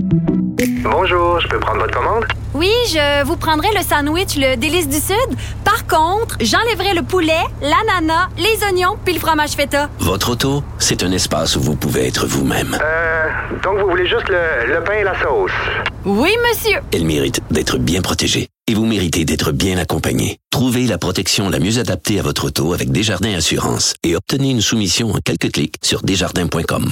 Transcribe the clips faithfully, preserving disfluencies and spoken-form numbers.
Bonjour, je peux prendre votre commande? Oui, je vous prendrai le sandwich, le délice du Sud. Par contre, j'enlèverai le poulet, l'ananas, les oignons puis le fromage feta. Votre auto, c'est un espace où vous pouvez être vous-même. Euh, donc vous voulez juste le, le pain et la sauce? Oui, monsieur. Elle mérite d'être bien protégée. Et vous méritez d'être bien accompagné. Trouvez la protection la mieux adaptée à votre auto avec Desjardins Assurance et obtenez une soumission en quelques clics sur desjardins point com.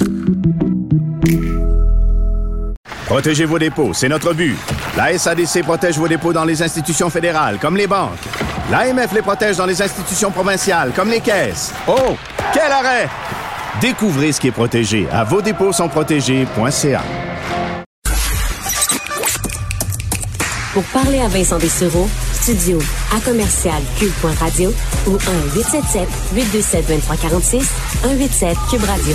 Protégez vos dépôts, c'est notre but. La S A D C protège vos dépôts dans les institutions fédérales, comme les banques. L'A M F les protège dans les institutions provinciales, comme les caisses. Oh, quel arrêt! Découvrez ce qui est protégé à vos dépôts sont protégés point c a. Pour parler à Vincent Dessureau, studio à commercial cube point radio ou un huit sept sept, huit deux sept, deux trois quatre six, un huit sept Cube Radio.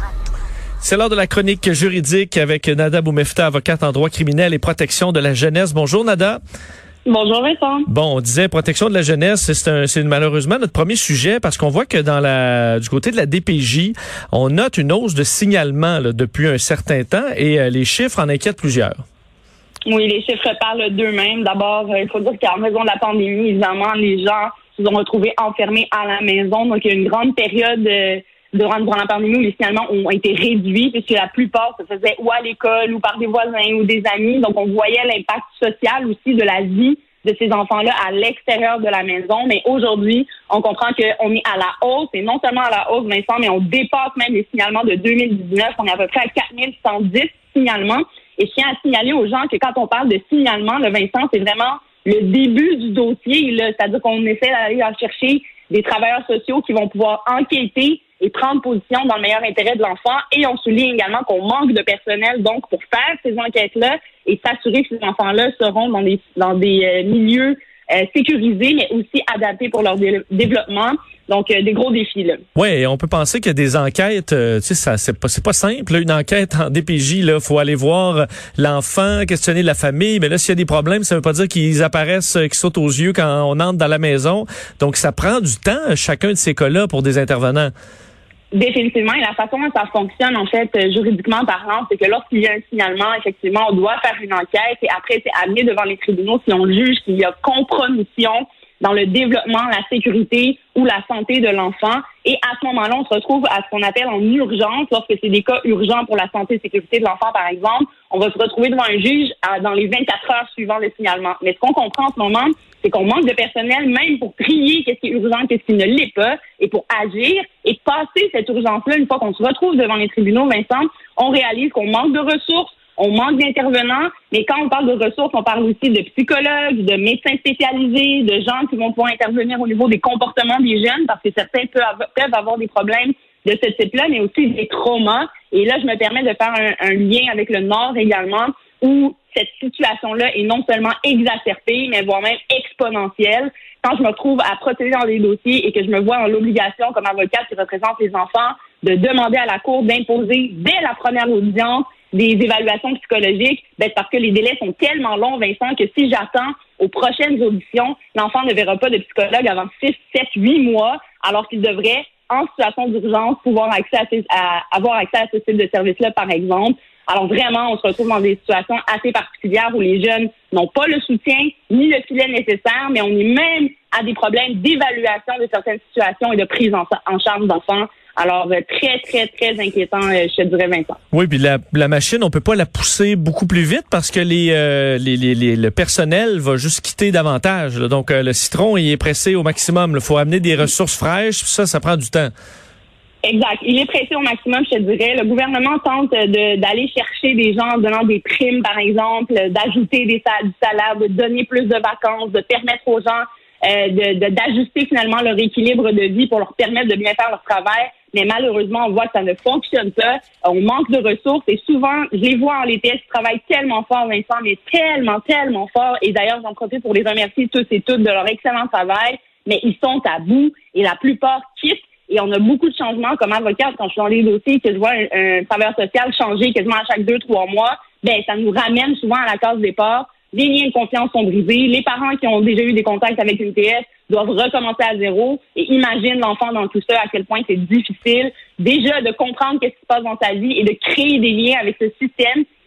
C'est l'heure de la chronique juridique avec Nada Boumefta, avocate en droit criminel et protection de la jeunesse. Bonjour Nada. Bonjour Vincent. Bon, on disait protection de la jeunesse, c'est, un, c'est malheureusement notre premier sujet parce qu'on voit que dans la du côté de la D P J, on note une hausse de signalement là, depuis un certain temps et euh, les chiffres en inquiètent plusieurs. Oui, les chiffres parlent d'eux-mêmes. D'abord, il faut dire qu'en raison de la pandémie, évidemment, les gens se sont retrouvés enfermés à la maison. Donc, il y a une grande période euh, durant, durant la pandémie où les signalements ont été réduits puisque la plupart se faisaient ou à l'école ou par des voisins ou des amis. Donc, on voyait l'impact social aussi de la vie de ces enfants-là à l'extérieur de la maison. Mais aujourd'hui, on comprend qu'on est à la hausse. Et non seulement à la hausse, Vincent, mais on dépasse même les signalements de deux mille dix-neuf. On est à peu près à quatre mille cent dix signalements. Et je tiens à signaler aux gens que quand on parle de signalement, le Vincent, c'est vraiment le début du dossier. Là. C'est-à-dire qu'on essaie d'aller chercher des travailleurs sociaux qui vont pouvoir enquêter et prendre position dans le meilleur intérêt de l'enfant. Et on souligne également qu'on manque de personnel donc pour faire ces enquêtes-là et s'assurer que ces enfants-là seront dans des dans des euh, milieux euh, sécurisés, mais aussi adaptés pour leur dé- développement. Donc, euh, des gros défis, là. Oui, on peut penser que des enquêtes, euh, tu sais, ça, c'est pas, c'est pas simple, là, une enquête en D P J, là, faut aller voir l'enfant, questionner la famille, mais là, s'il y a des problèmes, ça veut pas dire qu'ils apparaissent, qu'ils sautent aux yeux quand on entre dans la maison. Donc, ça prend du temps, chacun de ces cas-là, pour des intervenants. Définitivement. Et la façon dont ça fonctionne, en fait, juridiquement parlant, c'est que lorsqu'il y a un signalement, effectivement, on doit faire une enquête et après, c'est amené devant les tribunaux si on juge qu'il y a compromission dans le développement, la sécurité ou la santé de l'enfant. Et à ce moment-là, on se retrouve à ce qu'on appelle en urgence, lorsque c'est des cas urgents pour la santé et sécurité de l'enfant, par exemple, on va se retrouver devant un juge à, dans les vingt-quatre heures suivant le signalement. Mais ce qu'on comprend en ce moment, c'est qu'on manque de personnel même pour trier qu'est-ce qui est urgent, qu'est-ce qui ne l'est pas, et pour agir et passer cette urgence-là, une fois qu'on se retrouve devant les tribunaux, Vincent, on réalise qu'on manque de ressources, on manque d'intervenants, mais quand on parle de ressources, on parle aussi de psychologues, de médecins spécialisés, de gens qui vont pouvoir intervenir au niveau des comportements des jeunes, parce que certains peuvent avoir, peuvent avoir des problèmes de ce type-là, mais aussi des traumas. Et là, je me permets de faire un, un lien avec le Nord également, où cette situation-là est non seulement exacerbée, mais voire même exponentielle. Quand je me retrouve à procéder dans des dossiers et que je me vois dans l'obligation, comme avocate qui représente les enfants, de demander à la Cour d'imposer dès la première audience des évaluations psychologiques, ben parce que les délais sont tellement longs, Vincent, que si j'attends aux prochaines auditions, l'enfant ne verra pas de psychologue avant six, sept, huit mois, alors qu'il devrait, en situation d'urgence, pouvoir accès à ces, à, avoir accès à ce type de service-là, par exemple. Alors vraiment, on se retrouve dans des situations assez particulières où les jeunes n'ont pas le soutien ni le filet nécessaire, mais on est même à des problèmes d'évaluation de certaines situations et de prise en, en charge d'enfants. Alors, très, très, très inquiétant, je te dirais, Vincent. Oui, puis la, la machine, on peut pas la pousser beaucoup plus vite parce que les, euh, les, les, les le personnel va juste quitter davantage. Là. Donc, euh, le citron, il est pressé au maximum. Il faut amener des ressources fraîches, puis ça, ça prend du temps. Exact. Il est pressé au maximum, je te dirais. Le gouvernement tente de, d'aller chercher des gens en donnant des primes, par exemple, d'ajouter des, du salaire, de donner plus de vacances, de permettre aux gens euh, de, de, d'ajuster finalement leur équilibre de vie pour leur permettre de bien faire leur travail. Mais malheureusement, on voit que ça ne fonctionne pas. On manque de ressources et souvent, je les vois en L T S qui travaillent tellement fort, Vincent, mais tellement, tellement fort. Et d'ailleurs, j'en profite pour les remercier tous et toutes de leur excellent travail. Mais ils sont à bout et la plupart quittent. Et on a beaucoup de changements comme avocate quand je suis dans les dossiers, que je vois un, un travailleur social changer quasiment à chaque deux, trois mois. Ben, ça nous ramène souvent à la case départ. Les liens de confiance sont brisés. Les parents qui ont déjà eu des contacts avec une T S doivent recommencer à zéro. Et imagine l'enfant dans tout ça, à quel point c'est difficile déjà de comprendre qu'est-ce qui se passe dans sa vie et de créer des liens avec ce système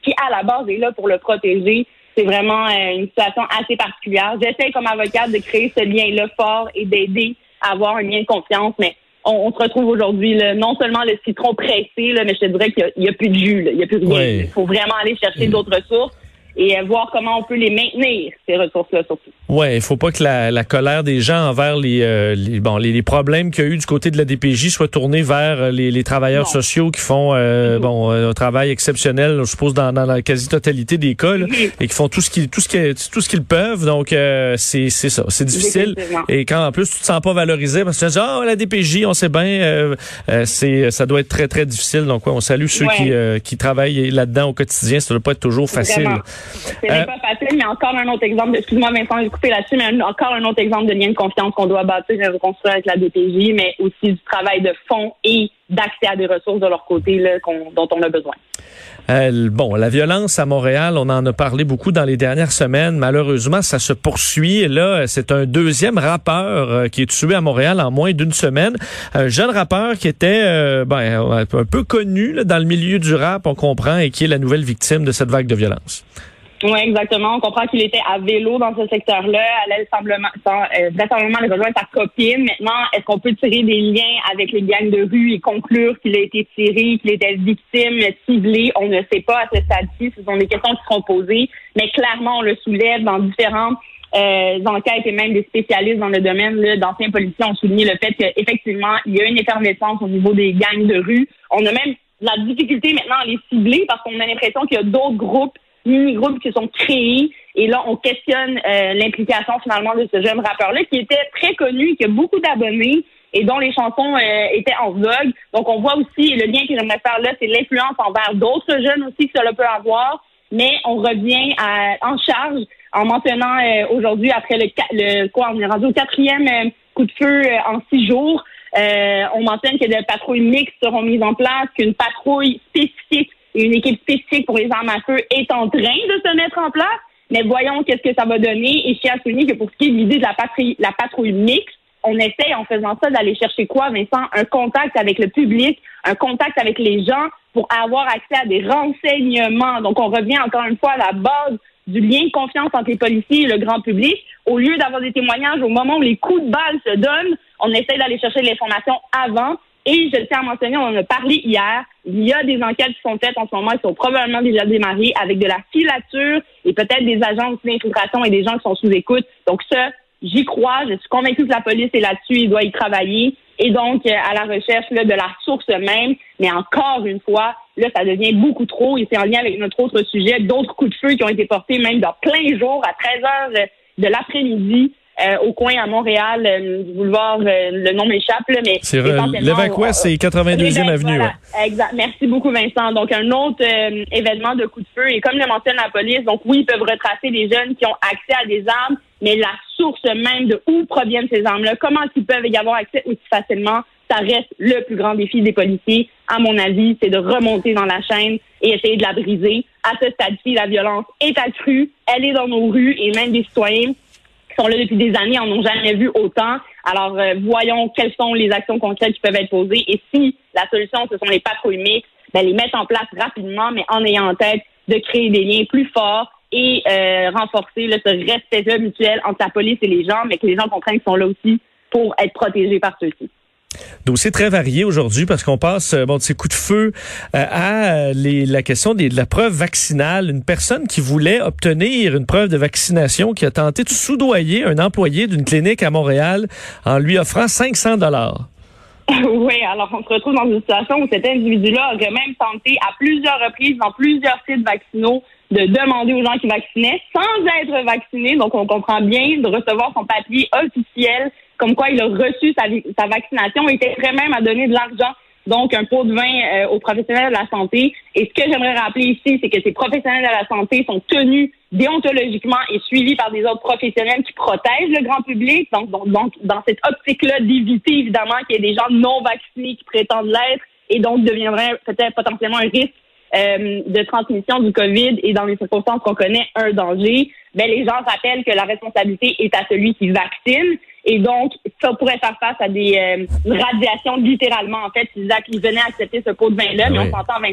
qui, à la base, est là pour le protéger. C'est vraiment euh, une situation assez particulière. J'essaie, comme avocate, de créer ce lien-là fort et d'aider à avoir un lien de confiance, mais on, on se retrouve aujourd'hui, là, non seulement le citron pressé, là, mais je te dirais qu'il n'y a, a plus de jus, là, il n'y a plus rien. Il faut vraiment aller chercher mmh. d'autres ressources et euh, voir comment on peut les maintenir, ces ressources-là, surtout. Ouais, il faut pas que la, la colère des gens envers les, euh, les bon les, les problèmes qu'il y a eu du côté de la D P J soit tournée vers les, les travailleurs non. sociaux qui font euh, mmh. bon un travail exceptionnel, je suppose dans, dans la quasi-totalité des cas, là, mmh. et qui font tout ce qu'ils tout ce qu'ils tout ce qu'ils peuvent. Donc euh, c'est c'est ça, c'est difficile. Et quand en plus tu te sens pas valorisé parce que tu dis ah oh, la D P J, on sait bien, euh, euh, c'est ça doit être très très difficile. Donc ouais, on salue ceux ouais. qui euh, qui travaillent là-dedans au quotidien. Ça doit pas être toujours facile. Vraiment. Ce n'est euh, pas facile, mais encore un autre exemple. Excuse-moi, Vincent, j'ai coupé là-dessus, mais un, encore un autre exemple de lien de confiance qu'on doit bâtir et reconstruire avec la D P J, mais aussi du travail de fond et d'accès à des ressources de leur côté là, qu'on, dont on a besoin. Euh, bon, la violence à Montréal, on en a parlé beaucoup dans les dernières semaines. Malheureusement, ça se poursuit. Et là, c'est un deuxième rappeur euh, qui est tué à Montréal en moins d'une semaine. Un jeune rappeur qui était euh, ben, un peu connu là, dans le milieu du rap, on comprend, et qui est la nouvelle victime de cette vague de violence. Oui, exactement. On comprend qu'il était à vélo dans ce secteur-là. Elle allait simplement, euh, vraisemblablement aller rejoindre sa copine. Maintenant, est-ce qu'on peut tirer des liens avec les gangs de rue et conclure qu'il a été tiré, qu'il était victime, ciblé? On ne sait pas à ce stade-ci. Ce sont des questions qui seront posées. Mais clairement, on le soulève dans différentes euh, enquêtes et même des spécialistes dans le domaine, là, d'anciens policiers ont souligné le fait qu'effectivement, il y a une effervescence au niveau des gangs de rue. On a même la difficulté maintenant à les cibler parce qu'on a l'impression qu'il y a d'autres groupes mini-groupes qui sont créés et là on questionne euh, l'implication finalement de ce jeune rappeur-là qui était très connu, qui a beaucoup d'abonnés et dont les chansons euh, étaient en vogue. Donc on voit aussi, et le lien que j'aimerais faire là, c'est l'influence envers d'autres jeunes aussi que cela peut avoir, mais on revient à, en charge en mentionnant euh, aujourd'hui, après le, le quoi, on est rendu au quatrième euh, coup de feu euh, en six jours, euh, on mentionne que des patrouilles mixtes seront mises en place, qu'une patrouille spécifique et une équipe spécifique pour les armes à feu est en train de se mettre en place. Mais voyons qu'est-ce que ça va donner. Et je tiens à souligner que pour ce qui est de l'idée de la patrouille, la patrouille mixte, on essaye en faisant ça d'aller chercher quoi, Vincent? Un contact avec le public, un contact avec les gens pour avoir accès à des renseignements. Donc on revient encore une fois à la base du lien de confiance entre les policiers et le grand public. Au lieu d'avoir des témoignages au moment où les coups de balle se donnent, on essaye d'aller chercher de l'information avant. Et je tiens à mentionner, on en a parlé hier, il y a des enquêtes qui sont faites en ce moment, qui sont probablement déjà démarrées avec de la filature et peut-être des agents aussi d'infiltration et des gens qui sont sous écoute. Donc ça, j'y crois, je suis convaincue que la police est là-dessus, il doit y travailler. Et donc, à la recherche là, de la source même, mais encore une fois, là, ça devient beaucoup trop et c'est en lien avec notre autre sujet, d'autres coups de feu qui ont été portés même dans plein jour à treize heures de l'après-midi. Euh, au coin à Montréal, euh, du boulevard, euh, le nom m'échappe, là, mais... C'est l'évêque Ouest, c'est quatre-vingt-deuxième avenue. Voilà, ouais. Exact. Merci beaucoup, Vincent. Donc, un autre euh, événement de coup de feu. Et comme le mentionne la police, donc oui, ils peuvent retracer des jeunes qui ont accès à des armes, mais la source même de où proviennent ces armes-là, comment ils peuvent y avoir accès aussi facilement, ça reste le plus grand défi des policiers, à mon avis, c'est de remonter dans la chaîne et essayer de la briser. À ce stade-ci, la violence est accrue, elle est dans nos rues et même des citoyens qui sont là depuis des années en ont jamais vu autant. Alors, euh, voyons quelles sont les actions concrètes qui peuvent être posées. Et si la solution, ce sont les patrouilles mixtes, ben, les mettre en place rapidement, mais en ayant en tête de créer des liens plus forts et euh, renforcer là, ce respect mutuel entre la police et les gens, mais que les gens comprennent qu'ils sont là aussi pour être protégés par ceux-ci. Dossier très varié aujourd'hui parce qu'on passe bon de ces coups de feu euh, à les, la question des, de la preuve vaccinale. Une personne qui voulait obtenir une preuve de vaccination qui a tenté de soudoyer un employé d'une clinique à Montréal en lui offrant cinq cents dollars. Oui, alors on se retrouve dans une situation où cet individu-là aurait même tenté à plusieurs reprises dans plusieurs sites vaccinaux de demander aux gens qui vaccinaient sans être vaccinés, donc on comprend bien, de recevoir son papier officiel comme quoi il a reçu sa, sa vaccination et était prêt même à donner de l'argent, donc un pot de vin euh, aux professionnels de la santé. Et ce que j'aimerais rappeler ici, c'est que ces professionnels de la santé sont tenus déontologiquement et suivis par des autres professionnels qui protègent le grand public. Donc, donc, donc dans cette optique-là, d'éviter évidemment qu'il y ait des gens non vaccinés qui prétendent l'être et donc deviendraient peut-être potentiellement un risque euh, de transmission du COVID et dans les circonstances qu'on connaît, un danger. Ben, les gens rappellent que la responsabilité est à celui qui vaccine. Et donc, ça pourrait faire face à des euh, radiations littéralement. En fait, ils, ils venaient accepter ce pot de vin-là, oui. Mais on s'entend, Vincent,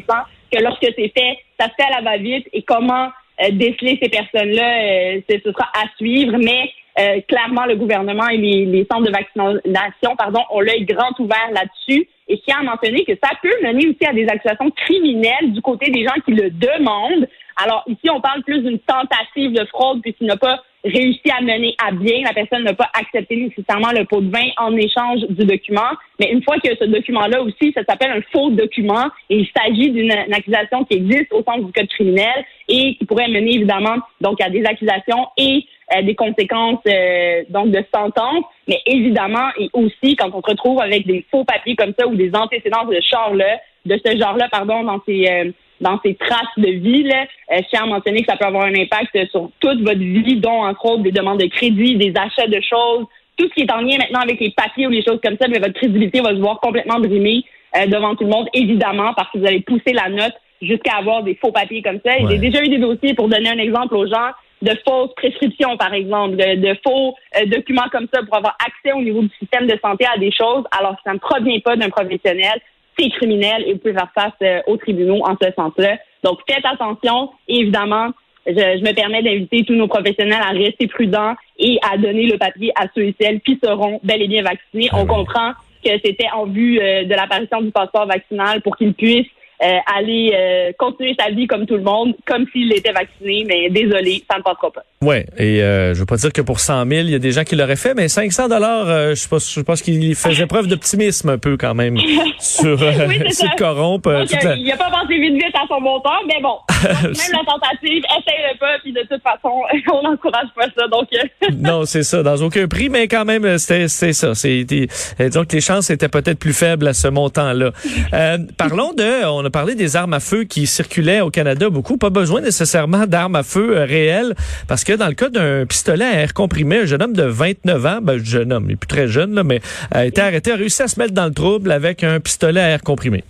que lorsque c'est fait, ça se fait à la va-vite et comment euh, déceler ces personnes-là, euh, ce sera à suivre, mais euh, clairement, le gouvernement et les, les centres de vaccination pardon, ont l'œil grand ouvert là-dessus. Et je tiens à mentionner que ça peut mener aussi à des accusations criminelles du côté des gens qui le demandent. Alors ici, on parle plus d'une tentative de fraude puisqu'il n'a pas réussi à mener à bien. La personne n'a pas accepté nécessairement le pot de vin en échange du document. Mais une fois que ce document-là aussi, ça s'appelle un faux document et il s'agit d'une une accusation qui existe au sens du code criminel et qui pourrait mener évidemment donc à des accusations et euh, des conséquences euh, donc de sentence. Mais évidemment, et aussi quand on se retrouve avec des faux papiers comme ça ou des antécédents de genre-là, de ce genre-là, pardon, dans ces euh, dans ces traces de vie, là, euh, je tiens à mentionner que ça peut avoir un impact sur toute votre vie, dont, entre autres, des demandes de crédit, des achats de choses, tout ce qui est en lien maintenant avec les papiers ou les choses comme ça, mais votre crédibilité va se voir complètement brimée euh, devant tout le monde, évidemment, parce que vous allez pousser la note jusqu'à avoir des faux papiers comme ça. Ouais. J'ai déjà eu des dossiers, pour donner un exemple aux gens, de fausses prescriptions, par exemple, de, de faux euh, documents comme ça pour avoir accès au niveau du système de santé à des choses, alors que ça ne provient pas d'un professionnel. C'est criminel et vous pouvez faire face euh, aux tribunaux en ce sens-là. Donc, faites attention et évidemment, je, je me permets d'inviter tous nos professionnels à rester prudents et à donner le papier à ceux et celles qui seront bel et bien vaccinés. On comprend que c'était en vue euh, de l'apparition du passeport vaccinal pour qu'ils puissent Euh, aller euh, continuer sa vie comme tout le monde, comme s'il était vacciné, mais désolé, ça ne passera pas. Ouais, et euh, je veux pas dire que pour cent mille, il y a des gens qui l'auraient fait, mais cinq cents dollars, euh, je pense, je pense qu'il faisait preuve d'optimisme un peu quand même sur euh, oui, sur Corrompe. Donc, toute la... Il a pas pensé vite vite à son montant, mais bon, même la tentative, essaye-le pas, puis de toute façon, on n'encourage pas ça. Donc euh... non, c'est ça, dans aucun prix, mais quand même, c'était c'était ça. C'était, disons que les chances étaient peut-être plus faibles à ce montant-là. Euh, parlons de, on a parlé des armes à feu qui circulaient au Canada beaucoup. Pas besoin nécessairement d'armes à feu euh, réelles, parce que dans le cas d'un pistolet à air comprimé, un jeune homme de vingt-neuf ans, ben jeune homme, il est plus très jeune, là, mais a été arrêté, a réussi à se mettre dans le trouble avec un pistolet à air comprimé.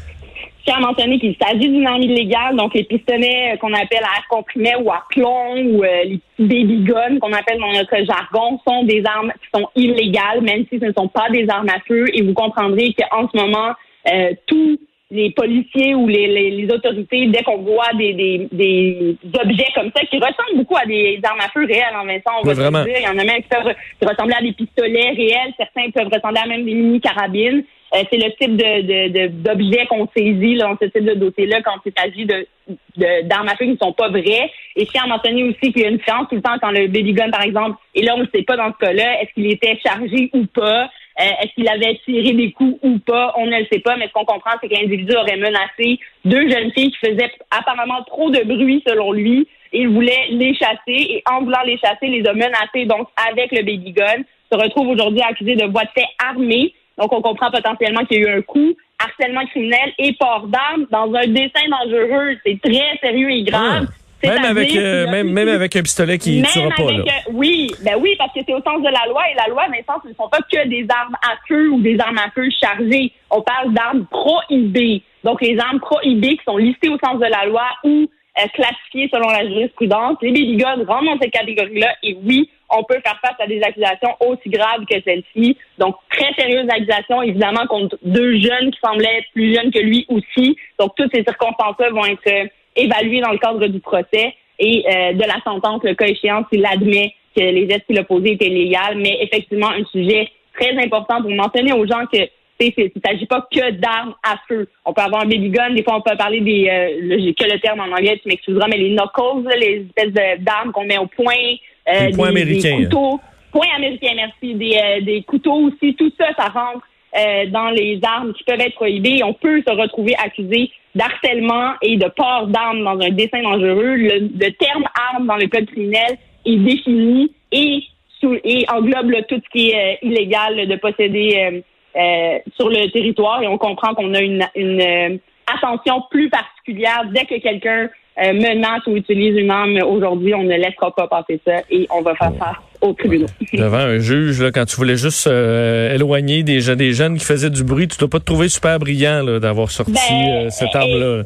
Je tiens à mentionner qu'il s'agit d'une arme illégale, donc les pistolets qu'on appelle à air comprimé ou à plomb ou euh, les petits baby guns qu'on appelle dans notre jargon sont des armes qui sont illégales, même si ce ne sont pas des armes à feu. Et vous comprendrez qu'en ce moment, euh, tous les policiers ou les, les, les autorités, dès qu'on voit des, des, des objets comme ça qui ressemblent beaucoup à des armes à feu réelles, en Vincent, on oui, va vraiment. se dire, il y en a même qui peuvent qui ressembler à des pistolets réels, certains peuvent ressembler à même des mini-carabines. Euh, c'est le type de, de, de d'objets qu'on saisit là, dans ce type de dossier-là quand il s'agit de, de d'armes à feu qui ne sont pas vraies. Et je tiens à mentionner aussi qu'il y a une différence tout le temps quand le baby gun, par exemple, et là on ne sait pas dans ce cas-là, est-ce qu'il était chargé ou pas, euh, est-ce qu'il avait tiré des coups ou pas, on ne le sait pas, mais ce qu'on comprend, c'est que l'individu aurait menacé deux jeunes filles qui faisaient apparemment trop de bruit selon lui, et il voulait les chasser, et en voulant les chasser, les a menacés donc avec le baby gun, se retrouve aujourd'hui accusé de voie de fait armée. Donc, on comprend potentiellement qu'il y a eu un coup, harcèlement criminel et port d'armes dans un dessein dangereux. C'est très sérieux et grave. Ah, même avec euh, même, même avec un pistolet qui ne tuera pas. Là. Euh, oui, ben oui, parce que c'est au sens de la loi. Et la loi, Vincent, ce ne sont pas que des armes à feu ou des armes à feu chargées. On parle d'armes prohibées. Donc, les armes prohibées qui sont listées au sens de la loi ou euh, classifiées selon la jurisprudence. Les baby guns rentrent dans cette catégorie-là. Et oui, on peut faire face à des accusations aussi graves que celle-ci. Donc, très sérieuses accusations, évidemment, contre deux jeunes qui semblaient être plus jeunes que lui aussi. Donc, toutes ces circonstances-là vont être euh, évaluées dans le cadre du procès et euh, de la sentence, le cas échéant, s'il admet que les gestes qu'il a posés étaient légaux. Mais effectivement, un sujet très important pour mentionner aux gens que il ne s'agit pas que d'armes à feu. On peut avoir un baby gun, des fois on peut parler des, euh, le, j'ai que le terme en anglais, tu m'excuseras, mais les knuckles, là, les espèces de, d'armes qu'on met au poing, euh, des poings des, américains. Des couteaux, poings américains, merci, des, euh, des couteaux aussi, tout ça, ça rentre euh, dans les armes qui peuvent être prohibées. On peut se retrouver accusé d'harcèlement et de port d'armes dans un dessein dangereux. Le, le terme arme dans le code criminel est défini et, sous, et englobe là, tout ce qui est euh, illégal de posséder euh, Euh, sur le territoire, et on comprend qu'on a une, une euh, attention plus particulière dès que quelqu'un euh, menace ou utilise une arme aujourd'hui, on ne laissera pas passer ça et on va faire face aux tribunaux. Devant un juge, là, quand tu voulais juste euh, éloigner des, je- des jeunes qui faisaient du bruit, tu dois pas te trouver super brillant là, d'avoir sorti Ben, euh, cette arme-là.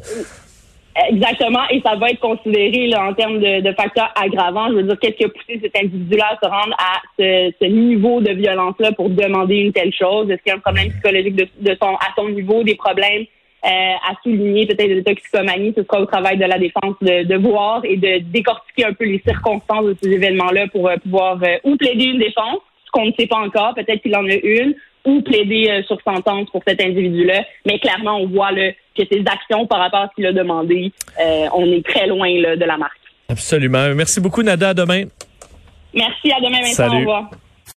Exactement, et ça va être considéré là, en termes de, de facteurs aggravants. Je veux dire, qu'est-ce qui a poussé cet individu-là à se rendre à ce, ce niveau de violence-là pour demander une telle chose? Est-ce qu'il y a un problème psychologique de, de son, à son niveau, des problèmes à souligner peut-être de toxicomanie. Ce sera au travail de la défense de, de voir et de décortiquer un peu les circonstances de ces événements-là pour euh, pouvoir euh, ou plaider une défense, ce qu'on ne sait pas encore, peut-être qu'il en a une, ou plaider euh, sur sentence pour cet individu-là. Mais clairement, on voit là, que ses actions par rapport à ce qu'il a demandé, euh, on est très loin là, de la marque. Absolument. Merci beaucoup, Nada. À demain. Merci. À demain, Vincent. Salut. Au revoir.